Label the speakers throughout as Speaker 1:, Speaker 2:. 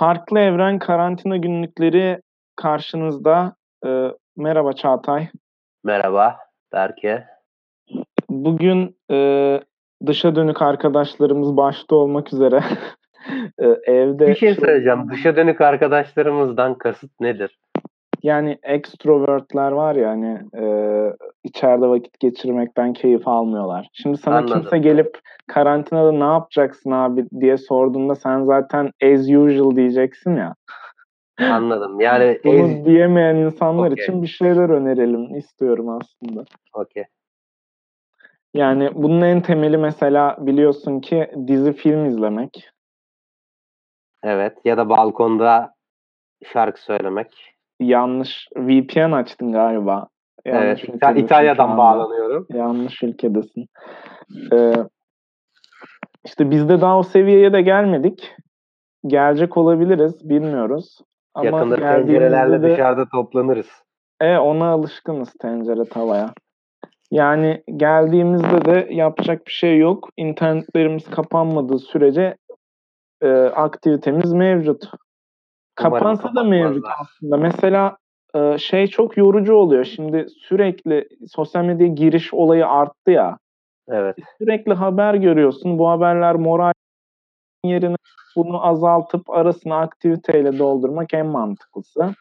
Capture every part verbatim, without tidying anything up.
Speaker 1: Farklı Evren Karantina Günlükleri karşınızda. Ee, merhaba Çağatay.
Speaker 2: Merhaba Berke.
Speaker 1: Bugün e, dışa dönük arkadaşlarımız başta olmak üzere e, evde...
Speaker 2: Bir şey söyleyeceğim. Dışa dönük arkadaşlarımızdan kasıt nedir?
Speaker 1: Yani extrovertler var ya hani e, içeride vakit geçirmekten keyif almıyorlar. Şimdi sana
Speaker 2: Anladım.
Speaker 1: kimse gelip karantinada ne yapacaksın abi diye sorduğunda sen zaten as usual diyeceksin ya.
Speaker 2: Anladım. Yani
Speaker 1: Bunu
Speaker 2: ez...
Speaker 1: diyemeyen insanlar
Speaker 2: Okey.
Speaker 1: için bir şeyler önerelim istiyorum aslında.
Speaker 2: Okey.
Speaker 1: Yani bunun en temeli mesela biliyorsun ki dizi film izlemek.
Speaker 2: Evet. Ya da balkonda şarkı söylemek.
Speaker 1: Yanlış V P N açtın galiba.
Speaker 2: Evet.
Speaker 1: Yanlış
Speaker 2: İta-
Speaker 1: ülkedesin şu
Speaker 2: İtalya'dan
Speaker 1: anda.
Speaker 2: bağlanıyorum.
Speaker 1: Yanlış ülkedesin. Ee, işte biz de daha o seviyeye de gelmedik. Gelecek olabiliriz, bilmiyoruz. Ama
Speaker 2: Yakında
Speaker 1: geldiğimizde
Speaker 2: tencerelerle
Speaker 1: de
Speaker 2: dışarıda toplanırız.
Speaker 1: e, ona alışkınız tencere tavaya. Yani geldiğimizde de yapacak bir şey yok. İnternetlerimiz kapanmadığı sürece e, aktivitemiz mevcut.
Speaker 2: Umarım
Speaker 1: Kapansa da mevcut
Speaker 2: kapatmazlar.
Speaker 1: aslında. Mesela e, şey çok yorucu oluyor. Şimdi sürekli sosyal medya giriş olayı arttı ya.
Speaker 2: Evet.
Speaker 1: Sürekli haber görüyorsun. Bu haberler moral yerine bunu azaltıp arasını aktiviteyle doldurmak en mantıklısı.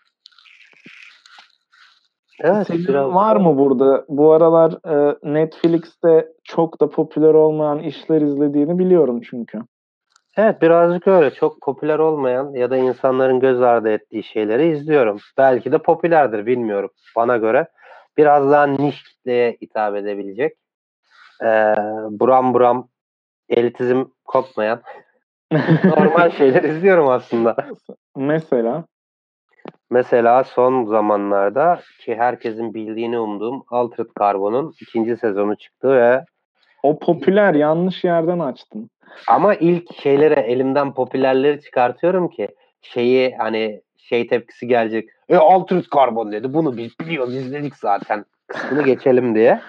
Speaker 2: Evet.
Speaker 1: Senin
Speaker 2: Biraz
Speaker 1: var
Speaker 2: da...
Speaker 1: mı burada? Bu aralar e, Netflix'te çok da popüler olmayan işler izlediğini biliyorum çünkü.
Speaker 2: Evet, birazcık öyle. Çok popüler olmayan ya da insanların göz ardı ettiği şeyleri izliyorum. Belki de popülerdir, bilmiyorum. Bana göre biraz daha niş kitleye hitap edebilecek. Ee, buram buram elitizm kokmayan normal şeyler izliyorum aslında.
Speaker 1: Mesela
Speaker 2: Mesela son zamanlarda ki herkesin bildiğini umduğum Altered Carbon'un ikinci sezonu çıktı ve
Speaker 1: o popüler, yanlış yerden açtın.
Speaker 2: ama ilk şeylere elimden popülerleri çıkartıyorum ki şeyi hani şey tepkisi gelecek. E Altered Carbon dedi. Bunu biz biliyoruz, izledik zaten. Kısmını geçelim diye.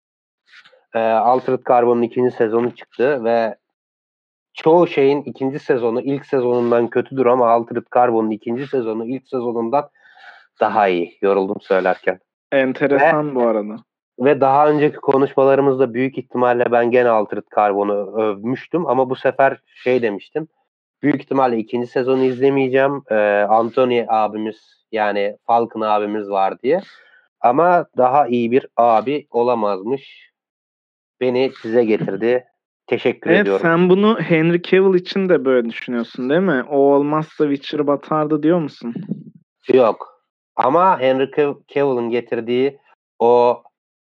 Speaker 2: E, Altered Carbon'un ikinci sezonu çıktı ve çoğu şeyin ikinci sezonu ilk sezonundan kötüdür ama Altered Carbon'un ikinci sezonu ilk sezonundan daha iyi. Yoruldum söylerken. Ve
Speaker 1: Enteresan bu arada.
Speaker 2: ve daha önceki konuşmalarımızda büyük ihtimalle ben gene Altered Carbon'u övmüştüm ama bu sefer şey demiştim. Büyük ihtimalle ikinci sezonu izlemeyeceğim. Ee, Anthony abimiz yani Falcon abimiz var diye. Ama daha iyi bir abi olamazmış. Beni size getirdi. Teşekkür
Speaker 1: Evet,
Speaker 2: ediyorum.
Speaker 1: sen bunu Henry Cavill için de böyle düşünüyorsun değil mi? O olmazsa Witcher batardı diyor musun?
Speaker 2: Yok. Ama Henry Cav- Cavill'ın getirdiği o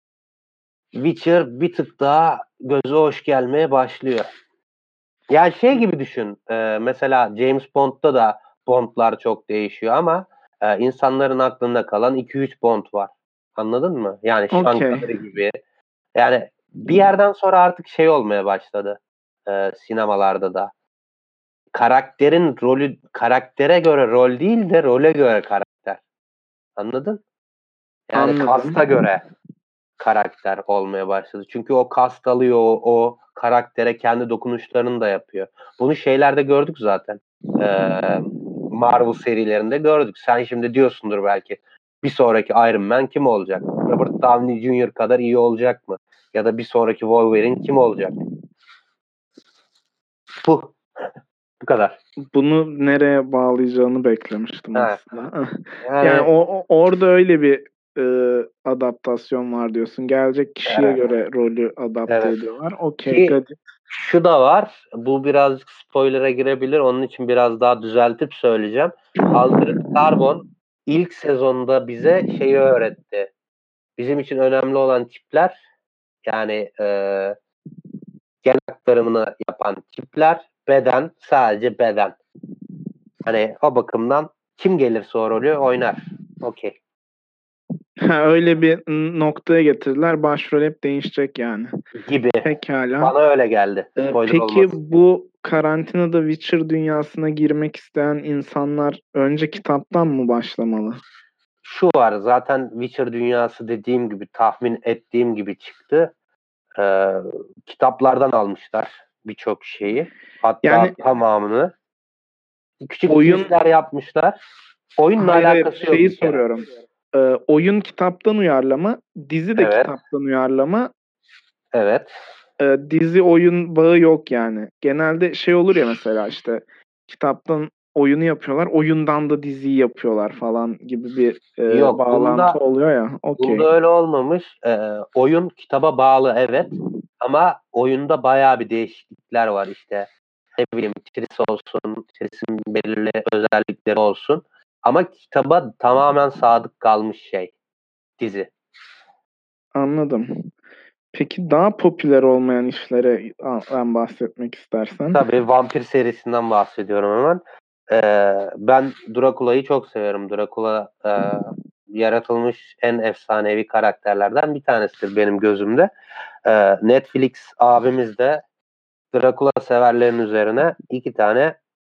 Speaker 2: Witcher bir tık daha göze hoş gelmeye başlıyor. Ya şey gibi düşün. E, mesela James Bond'da da Bond'lar çok değişiyor ama e, insanların aklında kalan iki üç Bond var. Anladın mı? Yani Sean
Speaker 1: Okey.
Speaker 2: Connery gibi. Yani bir yerden sonra artık şey olmaya başladı e, sinemalarda da. Karakterin rolü karaktere göre rol değil de role göre karakter. Anladın? Yani
Speaker 1: Anladım.
Speaker 2: kasta göre karakter olmaya başladı. Çünkü o kast alıyor, o, o karaktere kendi dokunuşlarını da yapıyor. Bunu şeylerde gördük zaten. Ee, Marvel serilerinde gördük. Sen şimdi diyorsundur belki bir sonraki Iron Man kim olacak? Robert Downey Junior kadar iyi olacak mı? Ya da bir sonraki Wolverine kim olacak? Bu. Bu kadar.
Speaker 1: Bunu nereye bağlayacağını beklemiştim
Speaker 2: Ha.
Speaker 1: aslında.
Speaker 2: Yani,
Speaker 1: Yani o, o- orada öyle bir e, adaptasyon var diyorsun. Gelecek kişiye
Speaker 2: evet,
Speaker 1: göre rolü adapte
Speaker 2: evet.
Speaker 1: ediyorlar. Okey,
Speaker 2: Ki
Speaker 1: got it.
Speaker 2: şu da var. Bu birazcık spoiler'a girebilir. Onun için biraz daha düzeltip söyleyeceğim. Altered Carbon ilk sezonda bize şeyi öğretti. Bizim için önemli olan tipler yani e, gen aktarımını yapan tipler, beden, sadece beden. Hani o bakımdan kim gelirse o rolü oynar. Okey.
Speaker 1: Ha, öyle bir noktaya getirdiler. Başrol hep değişecek yani.
Speaker 2: Gibi.
Speaker 1: Pekala.
Speaker 2: Bana öyle geldi.
Speaker 1: Ee,
Speaker 2: Spoiler
Speaker 1: peki
Speaker 2: olmasın.
Speaker 1: bu karantinada Witcher dünyasına girmek isteyen insanlar önce kitaptan mı başlamalı?
Speaker 2: Şu var zaten Witcher dünyası dediğim gibi tahmin ettiğim gibi çıktı. Ee, kitaplardan almışlar birçok şeyi. Hatta
Speaker 1: Yani
Speaker 2: tamamını. Küçük
Speaker 1: Oyun-
Speaker 2: tease'ler yapmışlar. Oyunla
Speaker 1: Hayır hayır
Speaker 2: alakası yok.
Speaker 1: şeyi
Speaker 2: bir kere.
Speaker 1: soruyorum. Ee, oyun kitaptan uyarlama, dizi de
Speaker 2: Evet.
Speaker 1: kitaptan uyarlama.
Speaker 2: Evet.
Speaker 1: Ee, dizi oyun bağı yok yani. Genelde şey olur ya mesela işte kitaptan oyunu yapıyorlar, oyundan da diziyi yapıyorlar falan gibi bir e,
Speaker 2: Yok,
Speaker 1: bağlantı
Speaker 2: bunda-
Speaker 1: oluyor ya. Okey.
Speaker 2: Bunda öyle olmamış. Ee, oyun kitaba bağlı, evet. Ama oyunda bayağı bir değişiklikler var işte. Ne bileyim, Triss olsun, Triss'in belirli özellikleri olsun. Ama kitaba tamamen sadık kalmış şey. Dizi.
Speaker 1: Anladım. Peki daha popüler olmayan işlere ben bahsetmek istersen.
Speaker 2: Tabii vampir serisinden bahsediyorum hemen. Ee, ben Dracula'yı çok severim. Dracula e, yaratılmış en efsanevi karakterlerden bir tanesidir benim gözümde. Ee, Netflix abimiz de Dracula severlerin üzerine iki tane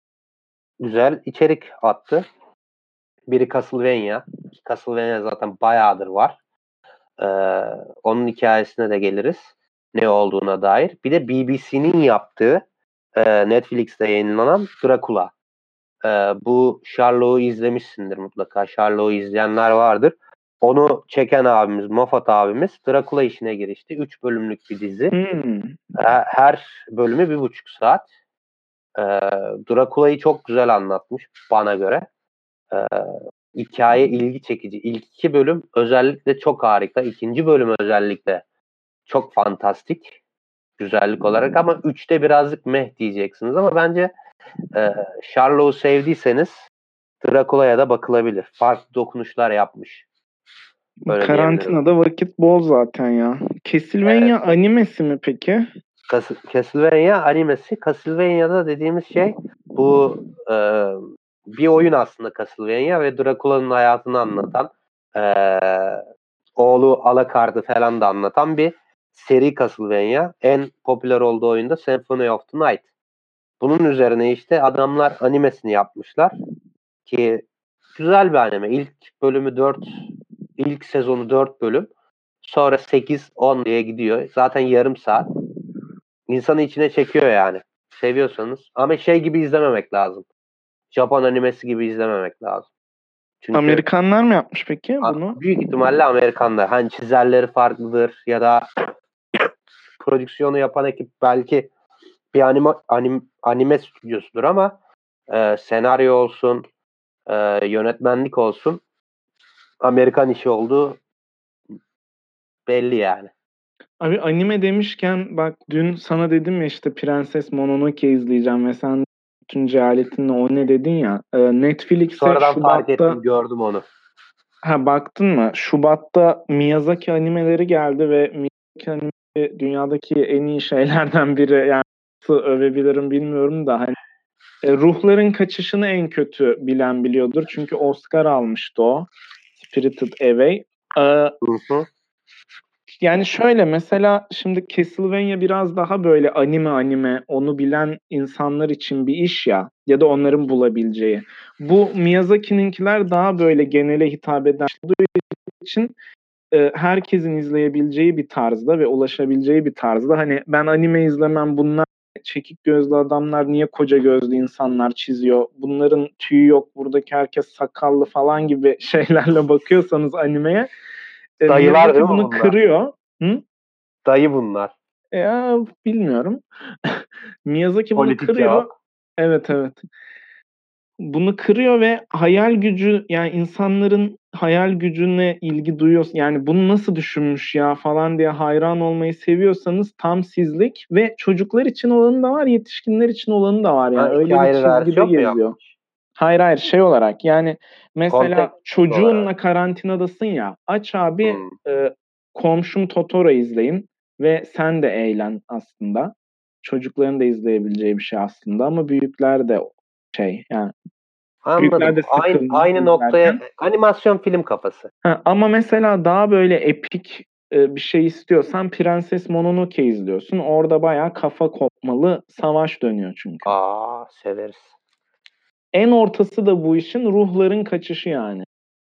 Speaker 2: güzel içerik attı. Biri Castlevania. Castlevania zaten bayağıdır var. Ee, onun hikayesine de geliriz. Ne olduğuna dair. Bir de B B C'nin yaptığı e, Netflix'te yayınlanan Dracula. Ee, bu Sherlock'u izlemişsindir mutlaka. Sherlock'u izleyenler vardır. Onu çeken abimiz, Moffat abimiz Dracula işine girişti. Üç bölümlük bir dizi.
Speaker 1: Hmm.
Speaker 2: Her bölümü bir buçuk saat. Ee, Dracula'yı çok güzel anlatmış bana göre. Ee, hikaye ilgi çekici. İlk iki bölüm özellikle çok harika. İkinci bölüm özellikle çok fantastik güzellik olarak, ama üçte birazcık meh diyeceksiniz, ama bence e, Sherlock'u sevdiyseniz Dracula'ya da bakılabilir. Farklı dokunuşlar yapmış. Öyle diyebilirim.
Speaker 1: Karantinada vakit bol zaten ya. Castlevania animesi mi peki?
Speaker 2: Cas- Castlevania animesi. Castlevania'da dediğimiz şey bu e, bir oyun aslında Castlevania ve Dracula'nın hayatını anlatan, e, oğlu Alucard'ı falan da anlatan bir seri Castlevania. En popüler olduğu oyunda Symphony of the Night. Bunun üzerine işte adamlar animesini yapmışlar ki güzel bir anime. İlk bölümü dört, ilk sezonu dört bölüm. Sonra sekiz on diye gidiyor. Zaten yarım saat. İnsanı içine çekiyor yani. Seviyorsanız. Ama şey gibi izlememek lazım. Japon animesi gibi izlememek lazım. Çünkü
Speaker 1: Amerikanlar mı yapmış peki bunu?
Speaker 2: büyük ihtimalle Amerikanlar. Hani çizerleri farklıdır ya da prodüksiyonu yapan ekip belki bir anime, anim, anime stüdyosudur, ama e, senaryo olsun, e, yönetmenlik olsun Amerikan işi olduğu belli yani.
Speaker 1: Abi anime demişken bak dün sana dedim ya işte Prenses Mononoke izleyeceğim ve sen bütün cehaletinle o ne dedin ya. Ee, Netflix'e
Speaker 2: Sonradan fark
Speaker 1: Şubat'ta
Speaker 2: ettim, gördüm onu.
Speaker 1: ha baktın mı? Şubat'ta Miyazaki animeleri geldi ve Miyazaki anime dünyadaki en iyi şeylerden biri. Yani nasıl övebilirim bilmiyorum da hani e, Ruhların Kaçışı'nı en kötü bilen biliyordur. Çünkü Oscar almıştı o. Spirited Away. Ee,
Speaker 2: Hı hı.
Speaker 1: Yani şöyle mesela şimdi Castlevania biraz daha böyle anime anime onu bilen insanlar için bir iş ya ya da onların bulabileceği. Bu Miyazaki'ninkiler daha böyle genele hitap eden olduğu için e, herkesin izleyebileceği bir tarzda ve ulaşabileceği bir tarzda. Hani ben anime izlemem, bunlar çekik gözlü adamlar niye koca gözlü insanlar çiziyor? Bunların tüyü yok, buradaki herkes sakallı falan gibi şeylerle bakıyorsanız animeye e,
Speaker 2: Dayılar değil
Speaker 1: Miyazaki
Speaker 2: mi
Speaker 1: bunu
Speaker 2: bunlar?
Speaker 1: kırıyor. Hı?
Speaker 2: Dayı bunlar.
Speaker 1: Ya bilmiyorum. Miyazaki bunu
Speaker 2: Politik
Speaker 1: kırıyor.
Speaker 2: cevap.
Speaker 1: Evet evet. Bunu kırıyor ve hayal gücü yani insanların hayal gücüne ilgi duyuyor. Yani bunu nasıl düşünmüş ya falan diye hayran olmayı seviyorsanız tam sizlik ve çocuklar için olanı da var, yetişkinler için olanı da var. Yani
Speaker 2: Ha, iki
Speaker 1: öyle bir
Speaker 2: ayrı
Speaker 1: çizgide
Speaker 2: versiyon mu
Speaker 1: geziyor.
Speaker 2: yapmış?
Speaker 1: Hayır hayır şey olarak yani mesela
Speaker 2: Kontekst
Speaker 1: çocuğunla
Speaker 2: olarak.
Speaker 1: karantinadasın ya aç abi
Speaker 2: Hmm.
Speaker 1: e, Komşum Totoro izleyin ve sen de eğlen aslında. Çocukların da izleyebileceği bir şey aslında ama büyükler de şey yani büyükler
Speaker 2: Anladım.
Speaker 1: de
Speaker 2: Aynı,
Speaker 1: sıkılmaz
Speaker 2: aynı noktaya
Speaker 1: izlerken.
Speaker 2: animasyon film kafası.
Speaker 1: Ha, ama mesela daha böyle epik e, bir şey istiyorsan Prenses Mononoke izliyorsun. Orada bayağı kafa kopmalı savaş dönüyor çünkü.
Speaker 2: Aa, severiz.
Speaker 1: En ortası da bu işin ruhların kaçışı yani.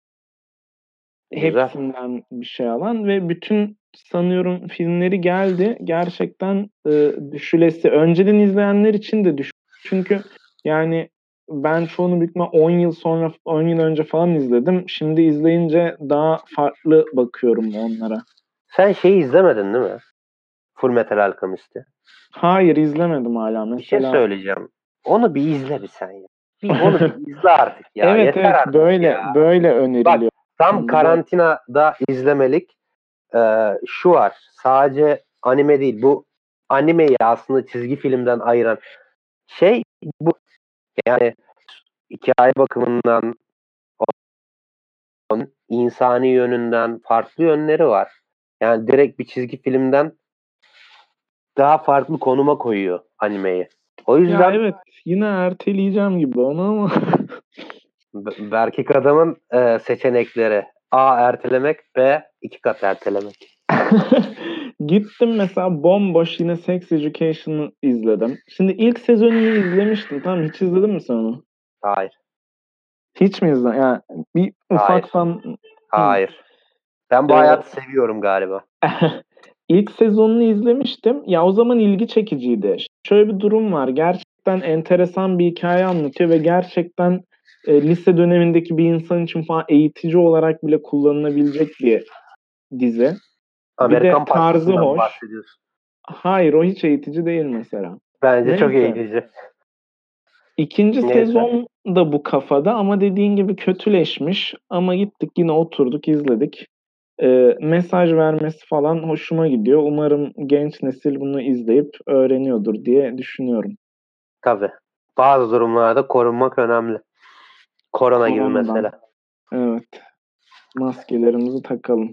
Speaker 2: Güzel.
Speaker 1: Hepsinden bir şey alan ve bütün sanıyorum filmleri geldi. Gerçekten e, düşülesi. Önceden izleyenler için de düş. Çünkü yani ben çoğunu büyük ihtimal on yıl sonra, on yıl önce falan izledim. Şimdi izleyince daha farklı bakıyorum onlara.
Speaker 2: Sen şeyi izlemedin değil mi? Full Metal Alchemist'i.
Speaker 1: Hayır, izlemedim hala mesela.
Speaker 2: Bir şey söyleyeceğim. Onu bir izle bir sen ya. Bir onu bir izle artık ya.
Speaker 1: Evet
Speaker 2: Yeter
Speaker 1: evet
Speaker 2: artık
Speaker 1: böyle
Speaker 2: ya.
Speaker 1: böyle öneriliyor.
Speaker 2: Bak tam
Speaker 1: Onda-
Speaker 2: karantinada izlemelik e, şu var. Sadece anime değil. Bu animeyi aslında çizgi filmden ayıran şey bu. Yani hikaye bakımından onun insani yönünden farklı yönleri var. Yani direkt bir çizgi filmden daha farklı konuma koyuyor animeyi. O
Speaker 1: Ya
Speaker 2: yüzden
Speaker 1: evet, yine erteleyeceğim gibi onu ama
Speaker 2: B- Berkik Adam'ın e, seçenekleri A. Ertelemek, B. iki kat ertelemek.
Speaker 1: gittim mesela bomboş yine Sex Education'ı izledim. Şimdi ilk sezonunu izlemiştim. Tamam, hiç izledin mi sen onu?
Speaker 2: Hayır.
Speaker 1: Hiç mi izledin? Yani bir
Speaker 2: Hayır.
Speaker 1: ufaktan
Speaker 2: Hayır. Ben bu
Speaker 1: Ee,
Speaker 2: hayatı seviyorum galiba.
Speaker 1: ilk sezonunu izlemiştim. Ya o zaman ilgi çekiciydi. Şöyle bir durum var. Gerçekten enteresan bir hikaye anlatıyor ve gerçekten e, lise dönemindeki bir insan için falan eğitici olarak bile kullanılabilecek bir dizi. Bir de
Speaker 2: Amerikan
Speaker 1: tarzı
Speaker 2: Pastası'ndan
Speaker 1: hoş.
Speaker 2: bahsediyorsun.
Speaker 1: Hayır, o hiç eğitici değil mesela.
Speaker 2: Bence çok
Speaker 1: Neyse.
Speaker 2: eğitici.
Speaker 1: İkinci
Speaker 2: Neyse.
Speaker 1: sezon da bu kafada ama dediğin gibi kötüleşmiş. Ama gittik yine oturduk izledik. Ee, mesaj vermesi falan hoşuma gidiyor. Umarım genç nesil bunu izleyip öğreniyordur diye düşünüyorum.
Speaker 2: Tabii. Bazı durumlarda korunmak önemli. Korona gibi
Speaker 1: Koronadan.
Speaker 2: mesela.
Speaker 1: Evet. Maskelerimizi takalım.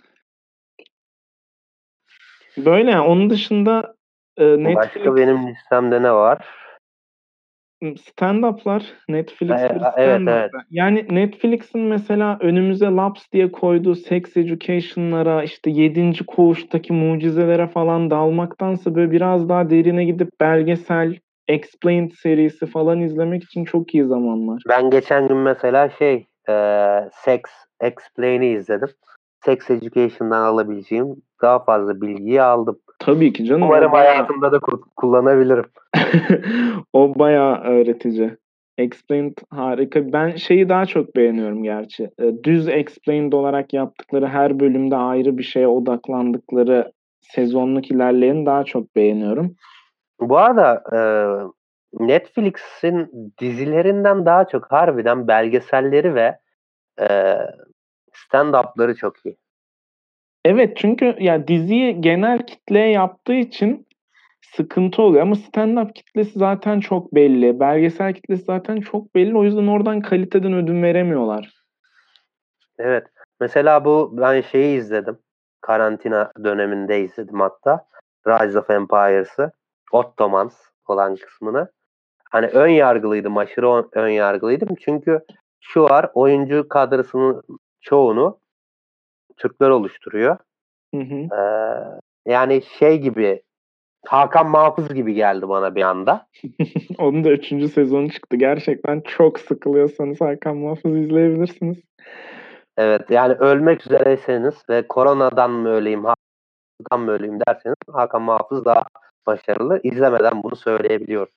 Speaker 1: Böyle yani. Onun dışında e,
Speaker 2: Başka
Speaker 1: Netflix
Speaker 2: benim listemde ne var?
Speaker 1: stand-up'lar. Netflix
Speaker 2: E,
Speaker 1: bir
Speaker 2: evet
Speaker 1: stand-up.
Speaker 2: evet.
Speaker 1: Yani Netflix'in mesela önümüze Laps diye koyduğu Sex Education'lara, işte yedinci Koğuş'taki mucizelere falan dalmaktansa böyle biraz daha derine gidip belgesel, Explained serisi falan izlemek için çok iyi zamanlar.
Speaker 2: Ben geçen gün mesela şey e, Sex Explain'i izledim. Sex Education'dan alabileceğim daha fazla bilgiyi aldım.
Speaker 1: Tabii ki canım,
Speaker 2: Umarım
Speaker 1: o bayağı
Speaker 2: hayatımda da ku- kullanabilirim.
Speaker 1: o bayağı öğretici. Explained harika. Ben şeyi daha çok beğeniyorum gerçi. E, Düz Explained olarak yaptıkları, her bölümde ayrı bir şeye odaklandıkları sezonluk ilerleyeni daha çok beğeniyorum.
Speaker 2: Bu arada e, Netflix'in dizilerinden daha çok harbiden belgeselleri ve e, stand-up'ları çok iyi.
Speaker 1: Evet, çünkü ya diziyi genel kitleye yaptığı için sıkıntı oluyor ama stand-up kitlesi zaten çok belli. Belgesel kitlesi zaten çok belli. O yüzden oradan kaliteden ödün veremiyorlar.
Speaker 2: Evet. Mesela bu ben şeyi izledim. Karantina döneminde izledim hatta. Rise of Empires'ı. Ottomans olan kısmını. Hani ön yargılıydım. Aşırı ön yargılıydım. Çünkü şu var. Oyuncu kadrosunun çoğunu Türkler oluşturuyor.
Speaker 1: Hı hı.
Speaker 2: Ee, yani şey gibi Hakan Mahfuz gibi geldi bana bir anda.
Speaker 1: Onun da üçüncü sezonu çıktı. Gerçekten çok sıkılıyorsanız Hakan Muhafız izleyebilirsiniz.
Speaker 2: Evet yani ölmek üzereyseniz ve koronadan mı öleyim, hastalıktan mı öleyim derseniz Hakan Mahfuz daha başarılı. İzlemeden bunu söyleyebiliyorum.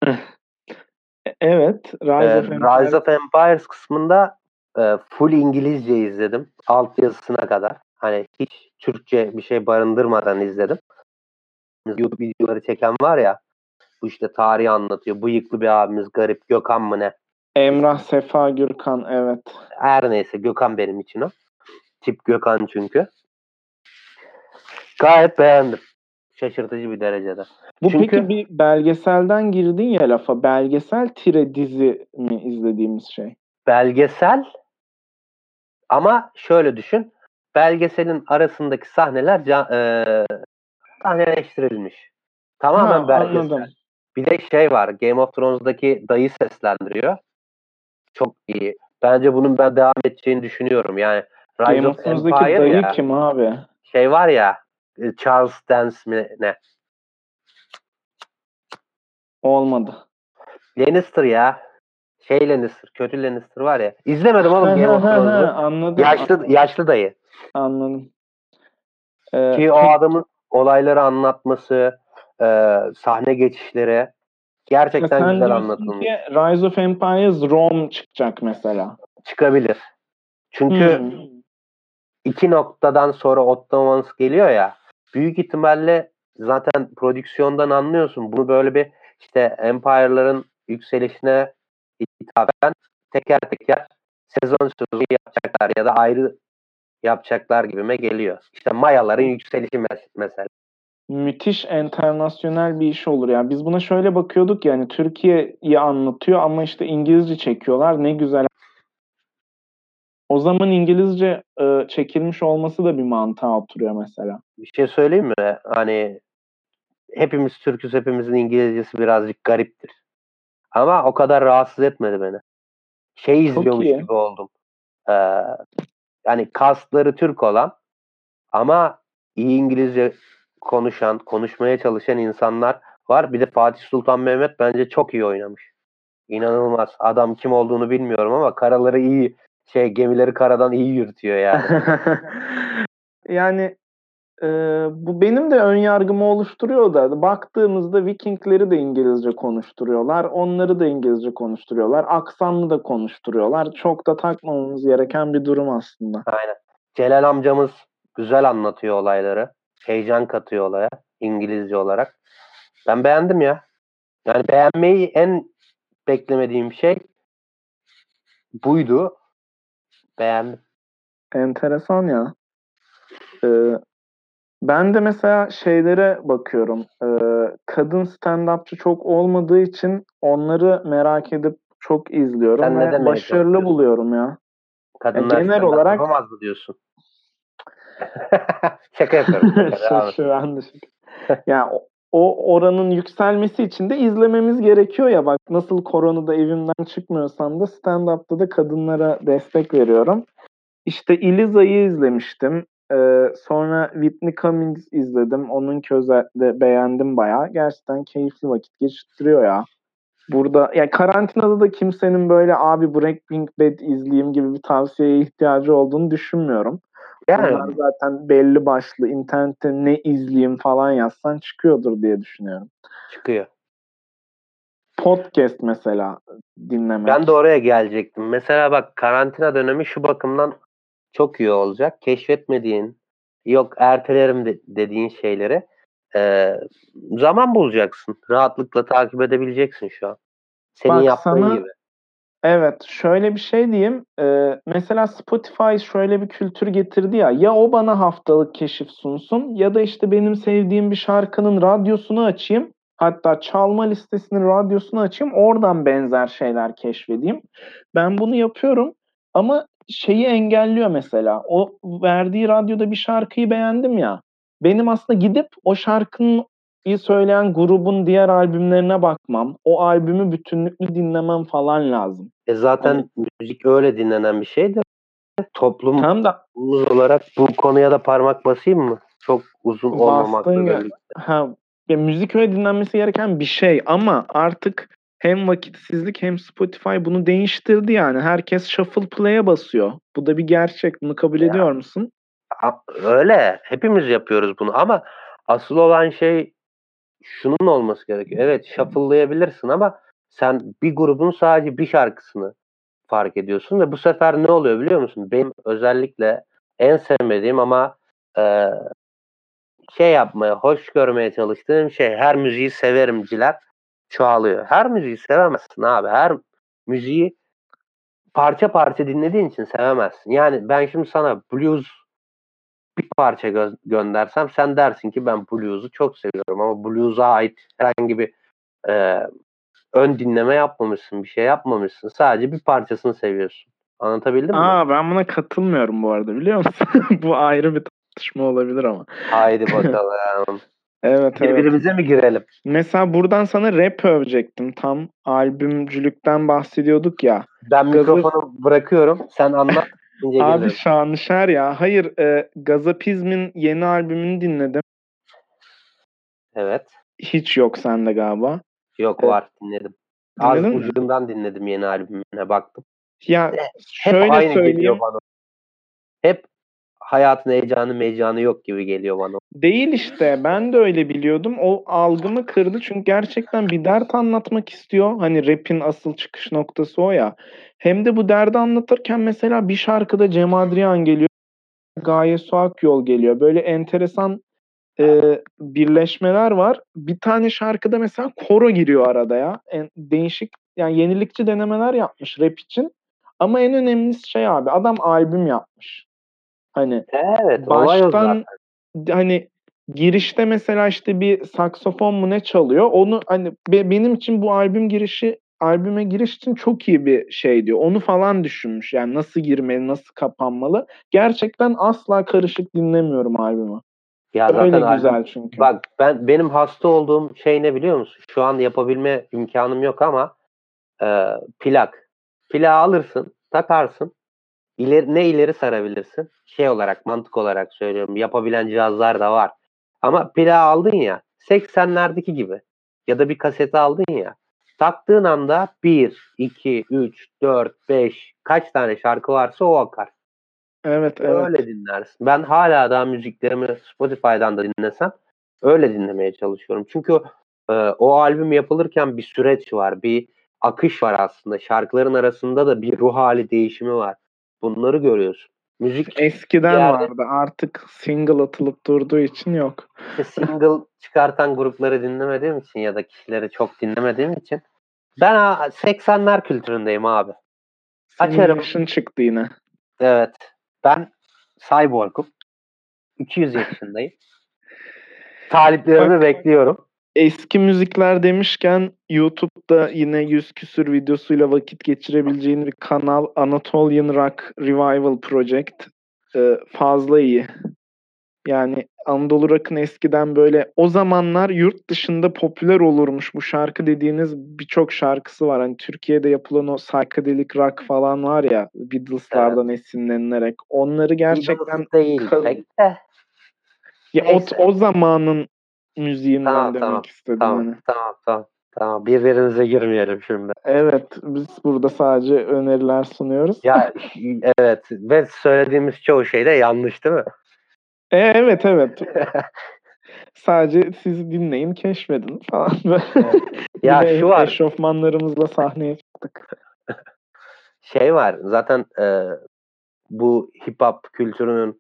Speaker 1: Evet, Rise
Speaker 2: Ee,
Speaker 1: of Empires.
Speaker 2: Rise of Empires kısmında e, full İngilizce izledim. Alt yazısına kadar. Hani hiç Türkçe bir şey barındırmadan izledim. YouTube videoları çeken var ya, bu işte tarihi anlatıyor. Bıyıklı bir abimiz, garip, Gökhan mı ne?
Speaker 1: Emrah Sefa Gürkan, evet.
Speaker 2: Her neyse Gökhan benim için o. Tip Gökhan çünkü. Gayet beğendim. Şaşırtıcı bir derecede.
Speaker 1: Bu
Speaker 2: Çünkü
Speaker 1: peki bir belgeselden girdin ya lafa. Belgesel tire dizi mi izlediğimiz şey?
Speaker 2: belgesel ama şöyle düşün. Belgeselin arasındaki sahneler can, e, sahneleştirilmiş.
Speaker 1: Ha,
Speaker 2: Tamamen
Speaker 1: anladım.
Speaker 2: belgesel. Bir de şey var. Game of Thrones'daki dayı seslendiriyor. Çok iyi. Bence bunun ben devam edeceğini düşünüyorum. Yani
Speaker 1: Game
Speaker 2: Rise
Speaker 1: of
Speaker 2: of
Speaker 1: Thrones'daki
Speaker 2: Empire
Speaker 1: dayı
Speaker 2: ya,
Speaker 1: kim abi?
Speaker 2: şey var ya, e, Charles Dance mi ne?
Speaker 1: Olmadı.
Speaker 2: Lannister ya. Şey Lannister, kötü Lannister var ya. İzlemedim
Speaker 1: Ha
Speaker 2: oğlum Game
Speaker 1: ha
Speaker 2: of
Speaker 1: ha ha,
Speaker 2: Thrones'u.
Speaker 1: anladım.
Speaker 2: Yaşlı yaşlı dayı.
Speaker 1: Anladım. Ee,
Speaker 2: Ki o
Speaker 1: peki
Speaker 2: adamın olayları anlatması, e, sahne geçişleri Gerçekten
Speaker 1: sen
Speaker 2: güzel
Speaker 1: diyorsun
Speaker 2: anlatılmış.
Speaker 1: ki Rise of Empires Rome çıkacak mesela.
Speaker 2: Çıkabilir. Çünkü
Speaker 1: Hmm.
Speaker 2: iki noktadan sonra Ottomans geliyor ya. Büyük ihtimalle zaten prodüksiyondan anlıyorsun. Bunu böyle bir işte Empire'ların yükselişine hitaben teker teker sezon sezonu yapacaklar ya da ayrı yapacaklar gibime geliyor. İşte Mayaların yükselişi mes- mesela.
Speaker 1: Müthiş enternasyonel bir iş olur. Yani biz buna şöyle bakıyorduk, yani Türkiye'yi anlatıyor ama işte İngilizce çekiyorlar. Ne güzel. O zaman İngilizce e, çekilmiş olması da bir mantığa oturuyor mesela.
Speaker 2: Bir şey söyleyeyim mi? Hani hepimiz Türk'üz, hepimizin İngilizcesi birazcık gariptir. Ama o kadar rahatsız etmedi beni. Şey
Speaker 1: Çok
Speaker 2: izliyormuş
Speaker 1: iyi.
Speaker 2: gibi oldum. Ee, yani kastları Türk olan ama iyi İngilizce konuşan, konuşmaya çalışan insanlar var. Bir de Fatih Sultan Mehmet bence çok iyi oynamış. İnanılmaz. Adam kim olduğunu bilmiyorum ama karaları iyi, şey gemileri karadan iyi yürütüyor yani.
Speaker 1: Yani e, bu benim de ön yargımı oluşturuyor da baktığımızda Vikingleri de İngilizce konuşturuyorlar. Onları da İngilizce konuşturuyorlar. Aksanlı da konuşturuyorlar. Çok da takmamamız gereken bir durum aslında.
Speaker 2: Aynen. Celal amcamız güzel anlatıyor olayları. Heyecan katıyor olaya İngilizce olarak. Ben beğendim ya. Yani beğenmeyi en beklemediğim şey buydu. Beğendim.
Speaker 1: Enteresan ya. Ee, Ben de mesela şeylere bakıyorum. Ee, kadın stand-upçı çok olmadığı için onları merak edip çok izliyorum
Speaker 2: Sen ne
Speaker 1: ve
Speaker 2: demeye
Speaker 1: başarılı
Speaker 2: çalışıyorsun?
Speaker 1: buluyorum ya. Ya
Speaker 2: Kadınlar
Speaker 1: genel
Speaker 2: stand-up
Speaker 1: olarak
Speaker 2: yapamaz mı diyorsun? Şaka yapıyorum. Şaka.
Speaker 1: şu,
Speaker 2: Devam et.
Speaker 1: şu an düşün. Yani o, o oranın yükselmesi için de izlememiz gerekiyor ya, bak nasıl koronada evimden çıkmıyorsam da stand-up'ta da kadınlara destek veriyorum. İşte Eliza'yı izlemiştim. Ee, sonra Whitney Cummings izledim. Onunki özellikle beğendim bayağı. Gerçekten keyifli vakit geçiriyor ya. Burada ya karantinada da kimsenin böyle abi Breaking Bad izleyeyim gibi bir tavsiyeye ihtiyacı olduğunu düşünmüyorum. Onlar
Speaker 2: Yani
Speaker 1: zaten belli başlı internette ne izleyeyim falan yazsan çıkıyordur diye düşünüyorum.
Speaker 2: çıkıyor.
Speaker 1: Podcast mesela
Speaker 2: Ben
Speaker 1: dinlemek.
Speaker 2: de oraya gelecektim. Mesela bak karantina dönemi şu bakımdan çok iyi olacak. Keşfetmediğin, yok ertelerim de, dediğin şeyleri e, zaman bulacaksın. Rahatlıkla takip edebileceksin şu an. Senin
Speaker 1: Bak
Speaker 2: yaptığın
Speaker 1: sana
Speaker 2: gibi.
Speaker 1: evet, şöyle bir şey diyeyim. Ee, mesela Spotify şöyle bir kültür getirdi ya. Ya o bana haftalık keşif sunsun ya da işte benim sevdiğim bir şarkının radyosunu açayım. Hatta çalma listesinin radyosunu açayım. Oradan benzer şeyler keşfedeyim. Ben bunu yapıyorum ama şeyi engelliyor mesela. O verdiği radyoda bir şarkıyı beğendim ya. Benim aslında gidip o şarkının iyi söyleyen grubun diğer albümlerine bakmam, o albümü bütünlüklü dinlemem falan lazım.
Speaker 2: E
Speaker 1: Hani
Speaker 2: zaten müzik öyle dinlenen bir şey de toplumumuz
Speaker 1: tam da
Speaker 2: olarak bu konuya da parmak basayım mı? Çok uzun olmamakla
Speaker 1: bastın ya,
Speaker 2: birlikte.
Speaker 1: ha, ya müzik öyle dinlenmesi gereken bir şey ama artık hem vakitsizlik hem Spotify bunu değiştirdi yani. Herkes shuffle play'e basıyor. Bu da bir gerçek. Bunu kabul ediyor
Speaker 2: Ya,
Speaker 1: musun?
Speaker 2: a- öyle. Hepimiz yapıyoruz bunu ama asıl olan şey şunun olması gerekiyor. Evet shuffle'layabilirsin ama sen bir grubun sadece bir şarkısını fark ediyorsun ve bu sefer ne oluyor biliyor musun? Benim özellikle en sevmediğim ama e, şey yapmaya, hoş görmeye çalıştığım şey her müziği severimciler çoğalıyor. Her müziği sevemezsin abi. Her müziği parça parça dinlediğin için sevemezsin. Yani ben şimdi sana blues bir parça gö- göndersem sen dersin ki ben blues'u çok seviyorum ama blues'a ait herhangi bir e, ön dinleme yapmamışsın, bir şey yapmamışsın. Sadece bir parçasını seviyorsun. Anlatabildim mi?
Speaker 1: Aa, ben buna katılmıyorum bu arada, biliyor musun? Bu ayrı bir tartışma olabilir ama.
Speaker 2: Haydi bakalım.
Speaker 1: Evet, evet.
Speaker 2: Birbirimize mi girelim?
Speaker 1: Mesela buradan sana rap övecektim. Tam albümcülükten bahsediyorduk ya.
Speaker 2: Ben
Speaker 1: Gazı
Speaker 2: mikrofonu bırakıyorum. Sen anlat. İnce
Speaker 1: abi
Speaker 2: gelirim.
Speaker 1: Şanışer ya. Hayır, e, Gazapizm'in yeni albümünü dinledim.
Speaker 2: Evet.
Speaker 1: Hiç yok sende galiba.
Speaker 2: Yok
Speaker 1: E,
Speaker 2: var dinledim. Az
Speaker 1: dinledin mi?
Speaker 2: ucundan dinledim yeni albümüne baktım.
Speaker 1: Ya
Speaker 2: Hep
Speaker 1: şöyle
Speaker 2: aynı geliyor
Speaker 1: söyleyeyim.
Speaker 2: bana. Hep hayatın heyecanı meyecanı yok gibi geliyor bana.
Speaker 1: Değil işte. Ben de öyle biliyordum. O algımı kırdı çünkü gerçekten bir dert anlatmak istiyor. Hani rap'in asıl çıkış noktası o ya. Hem de bu derdi anlatırken mesela bir şarkıda Cem Adrian geliyor. Gaye Su Akyol geliyor. Böyle enteresan e, birleşmeler var. Bir tane şarkıda mesela koro giriyor arada ya. En, değişik yani yenilikçi denemeler yapmış rap için. Ama en önemlisi şey abi adam albüm yapmış. Hani
Speaker 2: Evet, olay o
Speaker 1: baştan
Speaker 2: zaten.
Speaker 1: hani girişte mesela işte bir saksofon mu ne çalıyor. Onu hani be- benim için bu albüm girişi albüme giriş için çok iyi bir şey diyor. Onu falan düşünmüş. Yani nasıl girmeli, nasıl kapanmalı. Gerçekten asla karışık dinlemiyorum albümü.
Speaker 2: Ya
Speaker 1: Öyle
Speaker 2: zaten albüm,
Speaker 1: güzel çünkü.
Speaker 2: bak ben benim hasta olduğum şey ne biliyor musun? Şu an yapabilme imkanım yok ama e, plak. Plağı alırsın, takarsın. İleri, ne ileri sarabilirsin? Şey olarak, mantık olarak söylüyorum. Yapabilen cihazlar da var. Ama plağı aldın ya, seksenlerdeki gibi ya da bir kaseti aldın ya, taktığın anda bir, iki, üç, dört, beş kaç tane şarkı varsa o akar.
Speaker 1: Evet, evet.
Speaker 2: Öyle dinlersin. Ben hala daha müziklerimi Spotify'dan da dinlesem öyle dinlemeye çalışıyorum. Çünkü e, o albüm yapılırken bir süreç var, bir akış var aslında. Şarkıların arasında da bir ruh hali değişimi var. Bunları görüyorsun. Müzik bir
Speaker 1: Eskiden
Speaker 2: yerde
Speaker 1: vardı. Artık single atılıp durduğu için yok.
Speaker 2: işte single çıkartan grupları dinlemediğim için ya da kişileri çok dinlemediğim için ben ha- seksenler kültüründeyim abi.
Speaker 1: Senin
Speaker 2: Açarım.
Speaker 1: yaşın çıktı yine.
Speaker 2: Evet. Ben cyborg'um. iki yüz yaşındayım. Taliplerimi
Speaker 1: Bak,
Speaker 2: bekliyorum.
Speaker 1: eski müzikler demişken YouTube'da yine yüz küsür videosuyla vakit geçirebileceğin bir kanal Anatolian Rock Revival Project. Ee, fazla iyi. Yani Anadolu Rock'ın eskiden böyle o zamanlar yurt dışında popüler olurmuş bu şarkı dediğiniz birçok şarkısı var. Hani Türkiye'de yapılan o psychedelic rock falan var ya
Speaker 2: Evet.
Speaker 1: Beatles'lardan esinlenilerek. Onları
Speaker 2: Beatles
Speaker 1: gerçekten
Speaker 2: değil
Speaker 1: ka-
Speaker 2: pek de.
Speaker 1: ya o,
Speaker 2: Neyse.
Speaker 1: o zamanın müziğinden
Speaker 2: Tamam tamam.
Speaker 1: demek istedim
Speaker 2: Tamam
Speaker 1: hani.
Speaker 2: tamam tamam. Tamam. Birbirimize girmeyelim şimdi.
Speaker 1: Evet, biz burada sadece öneriler sunuyoruz.
Speaker 2: Ya evet. Ve söylediğimiz çoğu şey de yanlış değil mi?
Speaker 1: E, evet evet. Sadece siz dinleyin, keşfedin falan.
Speaker 2: Evet. Ya
Speaker 1: Yine
Speaker 2: şu var.
Speaker 1: eşofmanlarımızla sahneye çıktık.
Speaker 2: Şey var. Zaten e, bu hip hop kültürünün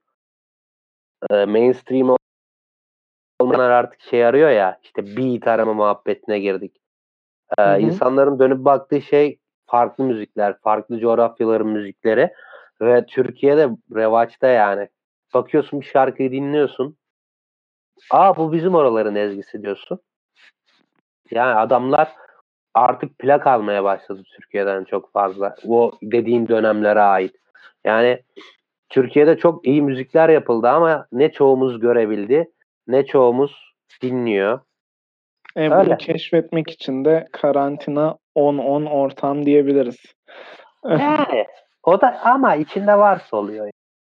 Speaker 2: e, mainstream olmayanlar artık şey arıyor ya. İşte beat arama muhabbetine girdik.
Speaker 1: Hı
Speaker 2: E,
Speaker 1: hı.
Speaker 2: insanların dönüp baktığı şey farklı müzikler, farklı coğrafyaların müzikleri ve Türkiye'de revaçta yani. Bakıyorsun bir şarkıyı dinliyorsun. Aa bu bizim oraların ezgisi diyorsun. Yani adamlar artık plak almaya başladı Türkiye'den çok fazla. O dediğin dönemlere ait. Yani Türkiye'de çok iyi müzikler yapıldı ama ne çoğumuz görebildi, ne çoğumuz dinliyor.
Speaker 1: E, bunu
Speaker 2: Öyle.
Speaker 1: keşfetmek için de karantina on on ortam diyebiliriz.
Speaker 2: Yani o da ama içinde varsa oluyor.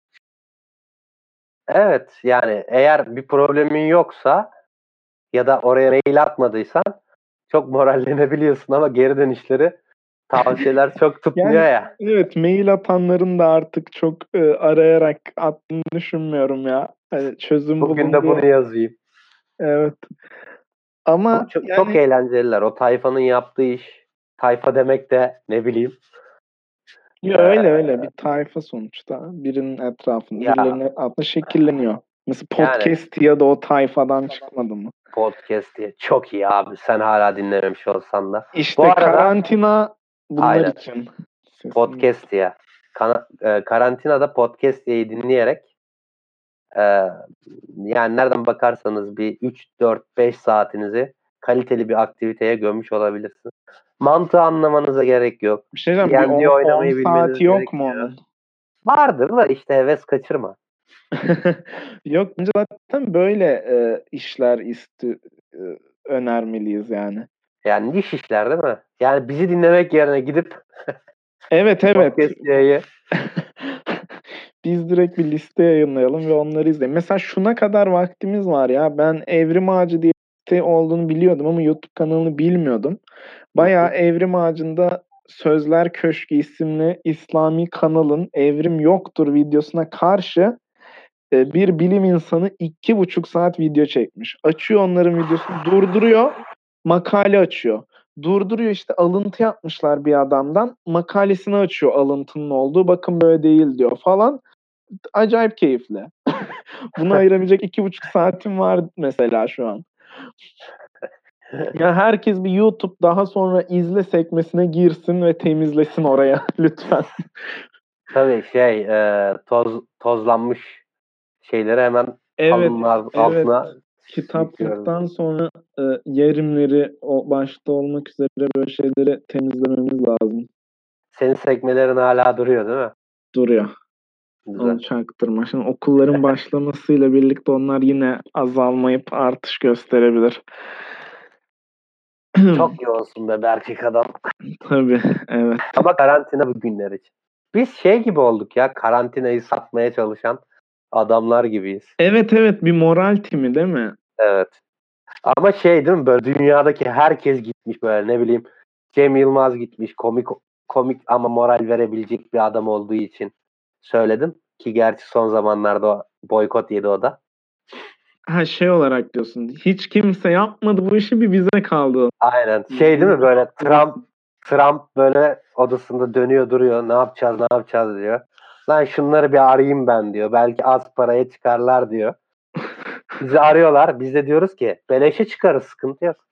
Speaker 2: Evet yani eğer bir problemin yoksa ya da oraya mail atmadıysan çok morallenebiliyorsun ama geri dönüşleri tavsiyeler çok tutmuyor
Speaker 1: Yani
Speaker 2: ya.
Speaker 1: evet, mail atanların da artık çok e, arayarak attığını düşünmüyorum ya. Hani çözüm
Speaker 2: Bugün de bunu
Speaker 1: bulundu.
Speaker 2: yazayım.
Speaker 1: Evet.
Speaker 2: Ama
Speaker 1: Ama
Speaker 2: çok, çok
Speaker 1: yani
Speaker 2: eğlenceliler. O tayfanın yaptığı iş. Tayfa demek de ne bileyim.
Speaker 1: ya öyle
Speaker 2: Ee,
Speaker 1: öyle bir tayfa sonuçta. Birinin etrafında,
Speaker 2: ya
Speaker 1: birilerinin etrafında şekilleniyor. Mesela
Speaker 2: yani
Speaker 1: podcast ya da o tayfadan çıkmadı mı?
Speaker 2: podcast diye çok iyi abi. Sen hala dinlememiş olsan da. Bu
Speaker 1: İşte
Speaker 2: arada
Speaker 1: karantina bunlar
Speaker 2: aynen
Speaker 1: için. Sesini.
Speaker 2: podcast diye. Kana- e, karantinada podcast diye dinleyerek e, yani nereden bakarsanız bir üç dört beş saatinizi kaliteli bir aktiviteye gömmüş olabilirsiniz. Mantığı anlamanıza gerek yok.
Speaker 1: Bir şey diyeceğim, bir
Speaker 2: D and D
Speaker 1: on
Speaker 2: oynamayı
Speaker 1: saati
Speaker 2: bilmeniz
Speaker 1: yok mu
Speaker 2: gerekiyor.
Speaker 1: onun?
Speaker 2: Vardır da işte heves kaçırma.
Speaker 1: Yok, bence zaten böyle e, işler isti e, önermeliyiz yani.
Speaker 2: Yani niş işler değil mi? Yani bizi dinlemek yerine gidip
Speaker 1: Evet evet.
Speaker 2: podcast yayı.
Speaker 1: Biz direkt bir liste yayınlayalım ve onları izleyelim. Mesela şuna kadar vaktimiz var ya. Ben Evrim Ağacı diye bir site olduğunu biliyordum ama YouTube kanalını bilmiyordum.
Speaker 2: Hı
Speaker 1: Bayağı
Speaker 2: hı.
Speaker 1: Evrim Ağacı'nda Sözler Köşkü isimli İslami kanalın Evrim Yoktur videosuna karşı e, bir bilim insanı iki buçuk saat video çekmiş. Açıyor onların videosunu, durduruyor, makale açıyor. Durduruyor, işte alıntı yapmışlar bir adamdan. Makalesini açıyor, alıntının olduğu. Bakın böyle değil diyor falan. Acayip keyifli. Buna ayırabilecek iki buçuk saatim var mesela şu an. Ya herkes bir YouTube daha sonra izle sekmesine girsin ve temizlesin oraya lütfen.
Speaker 2: Tabii şey e, toz tozlanmış şeyleri hemen
Speaker 1: Evet,
Speaker 2: halının alt-
Speaker 1: evet.
Speaker 2: altına sürüklüyorum.
Speaker 1: Kitaplıktan sonra e, yerimleri o başta olmak üzere böyle şeyleri temizlememiz lazım.
Speaker 2: Senin sekmelerin hala duruyor değil mi?
Speaker 1: Duruyor.
Speaker 2: Güzel.
Speaker 1: Onu çaktırma. Şimdi okulların başlamasıyla birlikte onlar yine azalmayıp artış gösterebilir.
Speaker 2: Çok yoğunsun be erkek adam.
Speaker 1: Tabii, evet.
Speaker 2: Ama karantina bu günler için. Biz şey gibi olduk ya, karantinayı satmaya çalışan adamlar gibiyiz.
Speaker 1: Evet evet, bir moral timi değil mi?
Speaker 2: Evet. Ama şey değil mi, böyle dünyadaki herkes gitmiş, böyle ne bileyim Cem Yılmaz gitmiş, komik komik ama moral verebilecek bir adam olduğu için söyledim ki gerçi son zamanlarda o boykot yedi o da.
Speaker 1: Ha, şey olarak diyorsun. Hiç kimse yapmadı bu işi, bir bize kaldı.
Speaker 2: Aynen. Şey değil mi, böyle Trump Trump böyle odasında dönüyor duruyor. Ne yapacağız ne yapacağız diyor. Lan şunları bir arayayım ben diyor. Belki az paraya çıkarlar diyor. Bizi arıyorlar. Biz de diyoruz ki beleşe çıkarız, sıkıntı yok.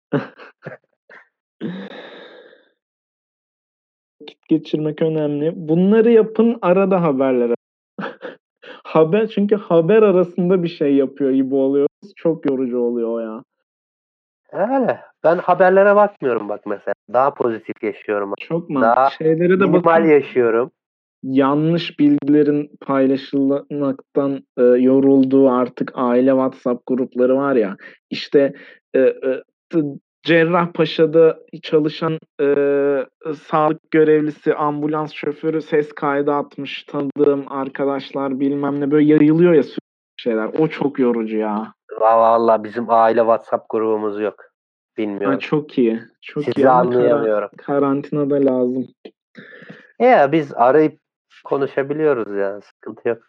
Speaker 1: Vakit geçirmek önemli. Bunları yapın, arada haberlere. Haber, çünkü haber arasında bir şey yapıyor gibi oluyoruz. Çok yorucu oluyor o ya.
Speaker 2: Öyle. Ben haberlere bakmıyorum bak mesela. Daha pozitif yaşıyorum.
Speaker 1: Çok
Speaker 2: Daha
Speaker 1: mantıklı. Şeylere de
Speaker 2: minimal
Speaker 1: bakın.
Speaker 2: yaşıyorum.
Speaker 1: Yanlış bilgilerin paylaşılmaktan e, yorulduğu artık aile WhatsApp grupları var ya. İşte e, e, t- Cerrahpaşa'da çalışan e, sağlık görevlisi, ambulans şoförü ses kaydı atmış, tanıdığım arkadaşlar bilmem ne, böyle yayılıyor ya sürekli şeyler. O çok yorucu ya.
Speaker 2: Vallahi bizim aile WhatsApp grubumuz yok.
Speaker 1: Ha,
Speaker 2: Bilmiyorum.
Speaker 1: çok iyi. Çok
Speaker 2: Sizi
Speaker 1: iyi ama kara,
Speaker 2: anlayamıyorum.
Speaker 1: karantinada lazım.
Speaker 2: Ya biz arayıp konuşabiliyoruz ya. Sıkıntı yok.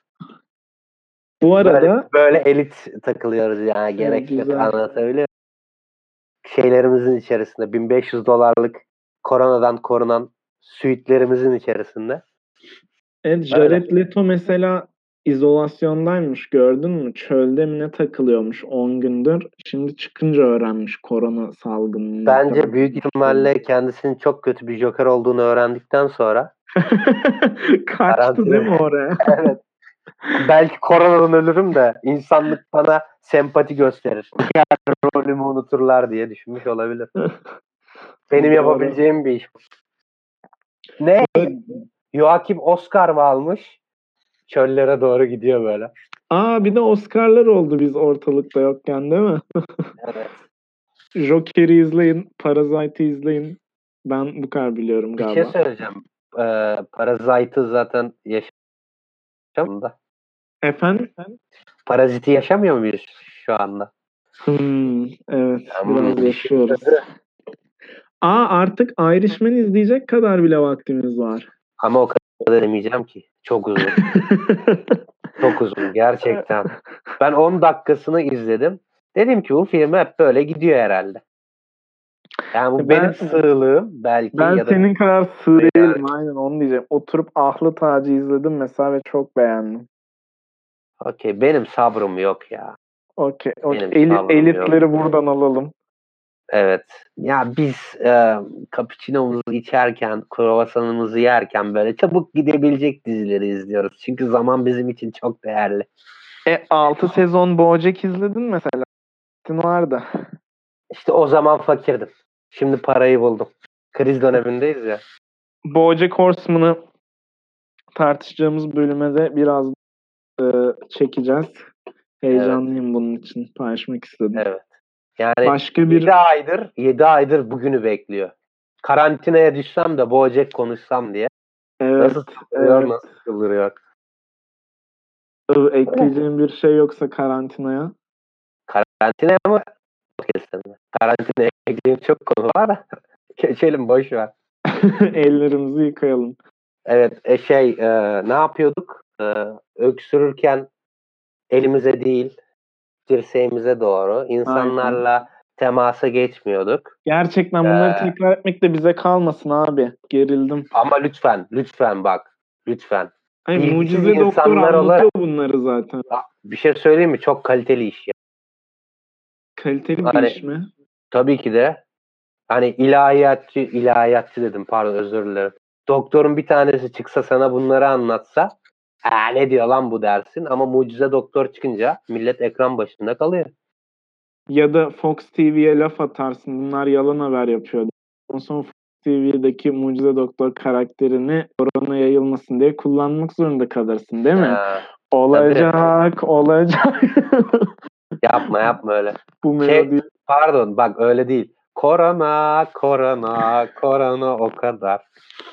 Speaker 1: Bu
Speaker 2: Böyle
Speaker 1: arada
Speaker 2: böyle elit takılıyoruz yani.
Speaker 1: e,
Speaker 2: Gerek yok,
Speaker 1: güzel.
Speaker 2: anlatabiliyor muyum? Şeylerimizin içerisinde bin beş yüz dolarlık koronadan korunan suitlerimizin içerisinde.
Speaker 1: Evet,
Speaker 2: Öyle.
Speaker 1: Jared Leto mesela izolasyondaymış, gördün mü? Çölde mi ne takılıyormuş on gündür. Şimdi çıkınca öğrenmiş korona salgınının ne kadar
Speaker 2: Bence büyük
Speaker 1: bulaştığını.
Speaker 2: ihtimalle kendisinin çok kötü bir joker olduğunu öğrendikten sonra
Speaker 1: Kaçtı değil
Speaker 2: karantina.
Speaker 1: mi oraya?
Speaker 2: Evet. Belki koronadan ölürüm de insanlık bana sempati gösterir. Diğer rolümü unuturlar diye düşünmüş olabilir. Benim
Speaker 1: Doğru.
Speaker 2: yapabileceğim bir iş. Ne? Joakim Oscar mı almış? Çöllere doğru gidiyor böyle.
Speaker 1: Aa, bir de Oscar'lar oldu biz ortalıkta yokken değil mi?
Speaker 2: Evet.
Speaker 1: Joker'i izleyin, Parasite'i izleyin. Ben bu kadar biliyorum
Speaker 2: Bir şey
Speaker 1: galiba.
Speaker 2: söyleyeceğim. Ee, Parasite'ı zaten yaşamıyor da.
Speaker 1: Efendim?
Speaker 2: Paraziti yaşamıyor muyuz şu anda?
Speaker 1: Hmm, evet,
Speaker 2: Hmm,
Speaker 1: biraz
Speaker 2: bir şey
Speaker 1: yaşıyoruz.
Speaker 2: söyle.
Speaker 1: Aa, artık Irishman izleyecek kadar bile vaktimiz var.
Speaker 2: Ama o kadar demeyeceğim ki. Çok uzun. Çok uzun gerçekten. Ben on dakikasını izledim. Dedim ki bu film hep böyle gidiyor herhalde. Yani bu
Speaker 1: Ben-
Speaker 2: benim sığlığım belki
Speaker 1: Ben
Speaker 2: ya da
Speaker 1: senin kadar sığ
Speaker 2: yani.
Speaker 1: değilim, aynen onu diyeceğim. Oturup Ahlı Tacı izledim mesela ve çok beğendim.
Speaker 2: Okey, benim sabrım yok ya.
Speaker 1: Okey, okey.
Speaker 2: Benim
Speaker 1: Eli-
Speaker 2: sabrım yok.
Speaker 1: elitleri buradan alalım.
Speaker 2: Evet. Ya biz e, cappuccino'muzu içerken, kruvasanımızı yerken böyle çabuk gidebilecek dizileri izliyoruz. Çünkü zaman bizim için çok değerli.
Speaker 1: E altı sezon BoJack izledin mesela. Vardı.
Speaker 2: İşte o zaman fakirdim. Şimdi parayı buldum. Kriz dönemindeyiz ya.
Speaker 1: BoJack Horseman'ı tartışacağımız bölüme de biraz e, çekeceğiz. Heyecanlıyım bunun için. Paylaşmak istedim.
Speaker 2: Evet. Yani
Speaker 1: Başka bir...
Speaker 2: yedi aydır yedi aydır bugünü bekliyor. Karantinaya düşsem de BoJack konuşsam diye.
Speaker 1: Evet,
Speaker 2: Nasıl çıldırıyor,
Speaker 1: evet.
Speaker 2: nasıl çıldırıyor.
Speaker 1: Ö, Ekleyeceğim bir şey yoksa karantinaya.
Speaker 2: Karantinaya mı? Karantinaya ekleyeceğim çok konu var da. Geçelim, boş ver.
Speaker 1: Ellerimizi yıkayalım.
Speaker 2: Evet, e, şey e, ne yapıyorduk? E, öksürürken elimize değil, dirseğimize doğru. İnsanlarla Aynen. temasa geçmiyorduk.
Speaker 1: Gerçekten bunları ee, tekrar etmek de bize kalmasın abi. Gerildim.
Speaker 2: Ama lütfen, lütfen bak. Lütfen.
Speaker 1: Hayır, mucize doktor anlatıyor olarak, bunları zaten.
Speaker 2: Bir şey söyleyeyim mi? Çok kaliteli iş ya.
Speaker 1: Kaliteli bir hani, iş mi?
Speaker 2: Tabii ki de. Hani ilahiyatçı, ilahiyatçı dedim pardon özür dilerim. Doktorun bir tanesi çıksa sana bunları anlatsa Aa, ne diyor lan bu dersin ama mucize doktor çıkınca millet ekran başında kalıyor.
Speaker 1: Ya da Fox T V'ye laf atarsın. Bunlar yalan haber yapıyordu. Ondan sonra Fox T V'deki mucize doktor karakterini korona yayılmasın diye kullanmak zorunda kalırsın değil mi? Ha, olacak, tabii. olacak.
Speaker 2: Yapma yapma öyle.
Speaker 1: Bu
Speaker 2: şey, pardon bak öyle değil. Korona, korona, korona o kadar.